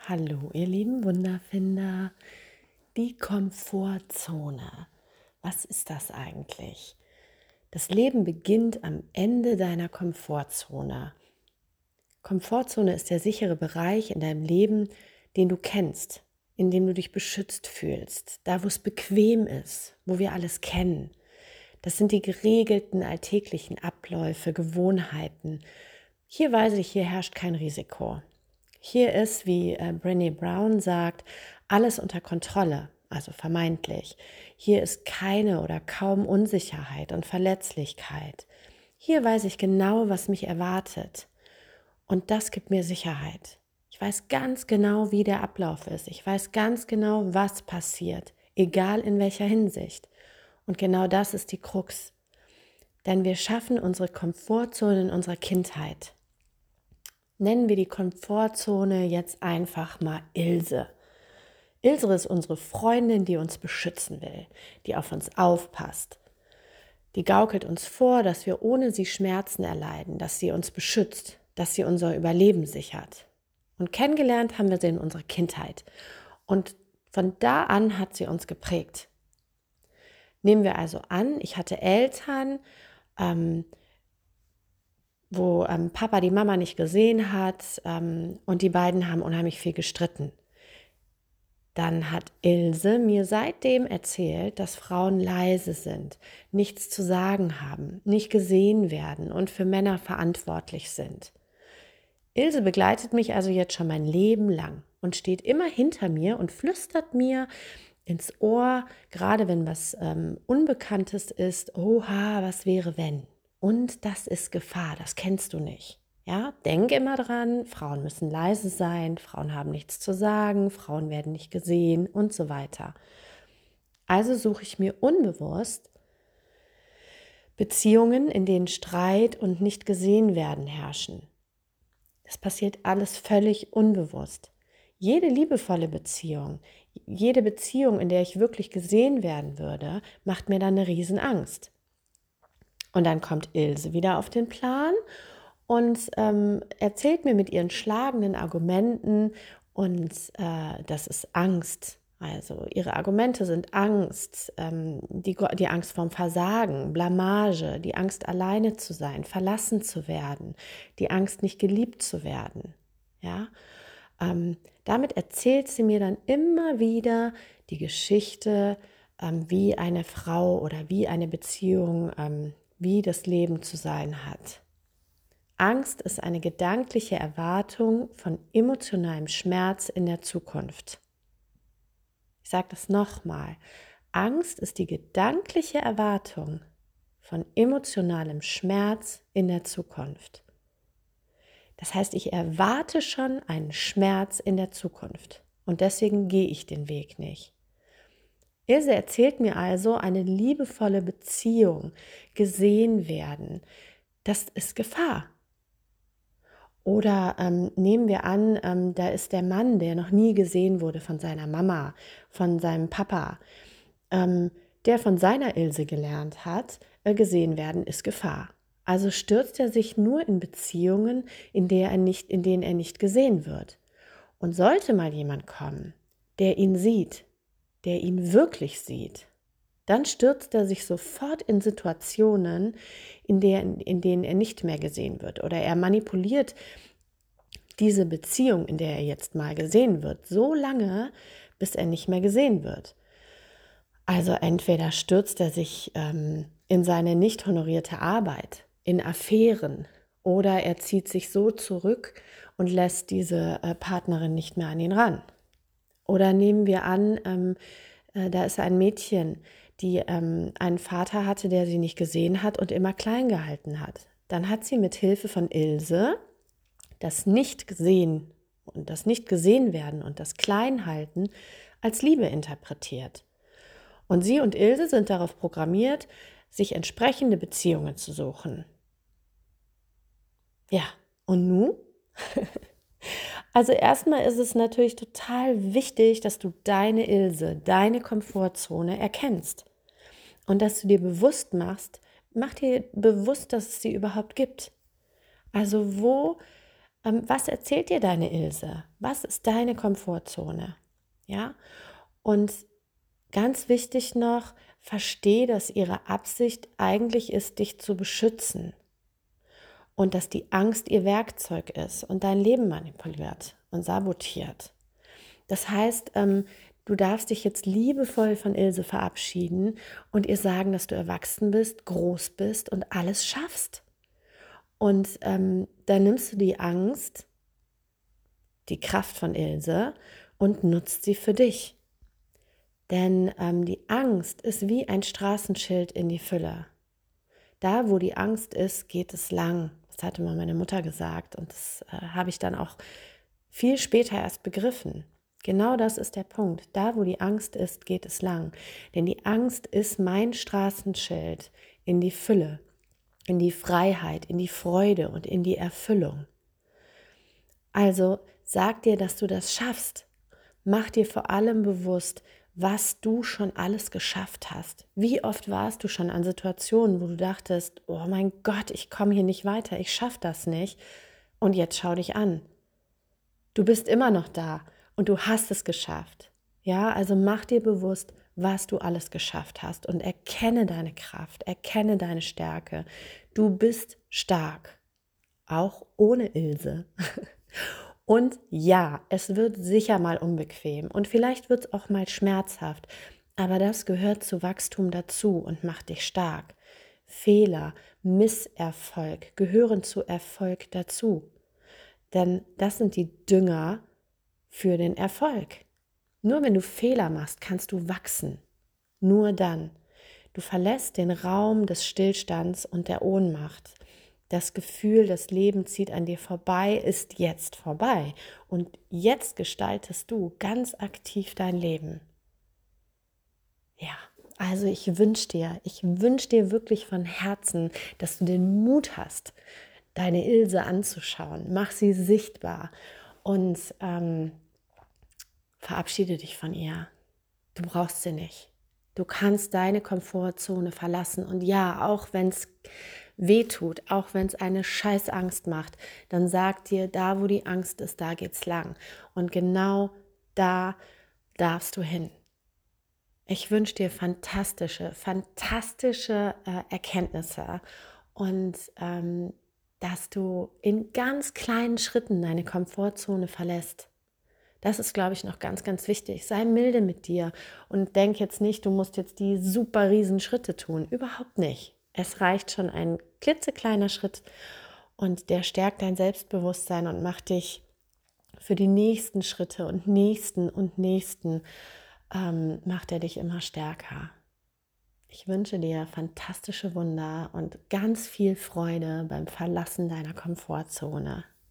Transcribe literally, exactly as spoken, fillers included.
Hallo, ihr lieben Wunderfinder. Die Komfortzone. Was ist das eigentlich? Das Leben beginnt am Ende deiner Komfortzone. Komfortzone ist der sichere Bereich in deinem Leben, den du kennst, in dem du dich beschützt fühlst, da wo es bequem ist, wo wir alles kennen. Das sind die geregelten alltäglichen Abläufe, Gewohnheiten. Hier weiß ich, hier herrscht kein Risiko. Hier ist, wie äh, Brené Brown sagt, alles unter Kontrolle, also vermeintlich. Hier ist keine oder kaum Unsicherheit und Verletzlichkeit. Hier weiß ich genau, was mich erwartet. Und das gibt mir Sicherheit. Ich weiß ganz genau, wie der Ablauf ist. Ich weiß ganz genau, was passiert, egal in welcher Hinsicht. Und genau das ist die Krux. Denn wir schaffen unsere Komfortzone in unserer Kindheit. Nennen wir die Komfortzone jetzt einfach mal Ilse. Ilse ist unsere Freundin, die uns beschützen will, die auf uns aufpasst. Die gaukelt uns vor, dass wir ohne sie Schmerzen erleiden, dass sie uns beschützt, dass sie unser Überleben sichert. Und kennengelernt haben wir sie in unserer Kindheit. Und von da an hat sie uns geprägt. Nehmen wir also an, ich hatte Eltern, ähm, wo ähm, Papa die Mama nicht gesehen hat ähm, und die beiden haben unheimlich viel gestritten. Dann hat Ilse mir seitdem erzählt, dass Frauen leise sind, nichts zu sagen haben, nicht gesehen werden und für Männer verantwortlich sind. Ilse begleitet mich also jetzt schon mein Leben lang und steht immer hinter mir und flüstert mir ins Ohr, gerade wenn was ähm, Unbekanntes ist, oha, was wäre wenn? Und das ist Gefahr, das kennst du nicht. Ja, denk immer dran, Frauen müssen leise sein, Frauen haben nichts zu sagen, Frauen werden nicht gesehen und so weiter. Also suche ich mir unbewusst Beziehungen, in denen Streit und nicht gesehen werden herrschen. Das passiert alles völlig unbewusst. Jede liebevolle Beziehung, jede Beziehung, in der ich wirklich gesehen werden würde, macht mir dann eine Riesenangst. Und dann kommt Ilse wieder auf den Plan und ähm, erzählt mir mit ihren schlagenden Argumenten, und äh, das ist Angst. Also ihre Argumente sind Angst, ähm, die, die Angst vorm Versagen, Blamage, die Angst alleine zu sein, verlassen zu werden, die Angst nicht geliebt zu werden. Ja? Ähm, damit erzählt sie mir dann immer wieder die Geschichte, ähm, wie eine Frau oder wie eine Beziehung, ähm, wie das Leben zu sein hat. Angst ist eine gedankliche Erwartung von emotionalem Schmerz in der Zukunft. Ich sage das nochmal. Angst ist die gedankliche Erwartung von emotionalem Schmerz in der Zukunft. Das heißt, ich erwarte schon einen Schmerz in der Zukunft und deswegen gehe ich den Weg nicht. Ilse erzählt mir also, eine liebevolle Beziehung, gesehen werden, das ist Gefahr. Oder ähm, nehmen wir an, ähm, da ist der Mann, der noch nie gesehen wurde von seiner Mama, von seinem Papa, ähm, der von seiner Ilse gelernt hat, äh, gesehen werden ist Gefahr. Also stürzt er sich nur in Beziehungen, in, der er nicht, in denen er nicht gesehen wird. Und sollte mal jemand kommen, der ihn sieht, der ihn wirklich sieht, dann stürzt er sich sofort in Situationen, in, der, in denen er nicht mehr gesehen wird. Oder er manipuliert diese Beziehung, in der er jetzt mal gesehen wird, so lange, bis er nicht mehr gesehen wird. Also entweder stürzt er sich ähm, in seine nicht honorierte Arbeit, in Affären, oder er zieht sich so zurück und lässt diese äh, Partnerin nicht mehr an ihn ran. Oder nehmen wir an, ähm, äh, da ist ein Mädchen, die ähm, einen Vater hatte, der sie nicht gesehen hat und immer klein gehalten hat. Dann hat sie mit Hilfe von Ilse das Nicht-Gesehen und das Nicht-Gesehen-Werden und das Kleinhalten als Liebe interpretiert. Und sie und Ilse sind darauf programmiert, sich entsprechende Beziehungen zu suchen. Ja, und nun? Also erstmal ist es natürlich total wichtig, dass du deine Ilse, deine Komfortzone erkennst und dass du dir bewusst machst, mach dir bewusst, dass es sie überhaupt gibt. Also wo Ähm, was erzählt dir deine Ilse? Was ist deine Komfortzone? Ja, und ganz wichtig noch, versteh, dass ihre Absicht eigentlich ist, dich zu beschützen und dass die Angst ihr Werkzeug ist und dein Leben manipuliert und sabotiert. Das heißt, ähm, du darfst dich jetzt liebevoll von Ilse verabschieden und ihr sagen, dass du erwachsen bist, groß bist und alles schaffst. Und ähm, dann nimmst du die Angst, die Kraft von Ilse und nutzt sie für dich. Denn ähm, die Angst ist wie ein Straßenschild in die Fülle. Da, wo die Angst ist, geht es lang. Das hatte mal meine Mutter gesagt und das äh, habe ich dann auch viel später erst begriffen. Genau das ist der Punkt. Da, wo die Angst ist, geht es lang. Denn die Angst ist mein Straßenschild in die Fülle, in die Freiheit, in die Freude und in die Erfüllung. Also sag dir, dass du das schaffst. Mach dir vor allem bewusst, was du schon alles geschafft hast. Wie oft warst du schon an Situationen, wo du dachtest, oh mein Gott, ich komme hier nicht weiter, ich schaffe das nicht. Und jetzt schau dich an. Du bist immer noch da und du hast es geschafft. Ja, also mach dir bewusst, was du alles geschafft hast und erkenne deine Kraft, erkenne deine Stärke. Du bist stark, auch ohne Ilse. Und ja, es wird sicher mal unbequem und vielleicht wird es auch mal schmerzhaft, aber das gehört zu Wachstum dazu und macht dich stark. Fehler, Misserfolg gehören zu Erfolg dazu, denn das sind die Dünger für den Erfolg. Nur wenn du Fehler machst, kannst du wachsen. Nur dann. Du verlässt den Raum des Stillstands und der Ohnmacht. Das Gefühl, das Leben zieht an dir vorbei, ist jetzt vorbei. Und jetzt gestaltest du ganz aktiv dein Leben. Ja, also ich wünsche dir, ich wünsche dir wirklich von Herzen, dass du den Mut hast, deine Ilse anzuschauen. Mach sie sichtbar und ähm, verabschiede dich von ihr. Du brauchst sie nicht. Du kannst deine Komfortzone verlassen und ja, auch wenn es weh tut, auch wenn es eine Scheißangst macht, dann sag dir, da wo die Angst ist, da geht's lang. Und genau da darfst du hin. Ich wünsche dir fantastische, fantastische äh, Erkenntnisse und ähm, dass du in ganz kleinen Schritten deine Komfortzone verlässt. Das ist, glaube ich, noch ganz, ganz wichtig. Sei milde mit dir und denk jetzt nicht, du musst jetzt die super riesen Schritte tun. Überhaupt nicht. Es reicht schon ein klitzekleiner Schritt und der stärkt dein Selbstbewusstsein und macht dich für die nächsten Schritte und nächsten und nächsten, ähm, macht er dich immer stärker. Ich wünsche dir fantastische Wunder und ganz viel Freude beim Verlassen deiner Komfortzone.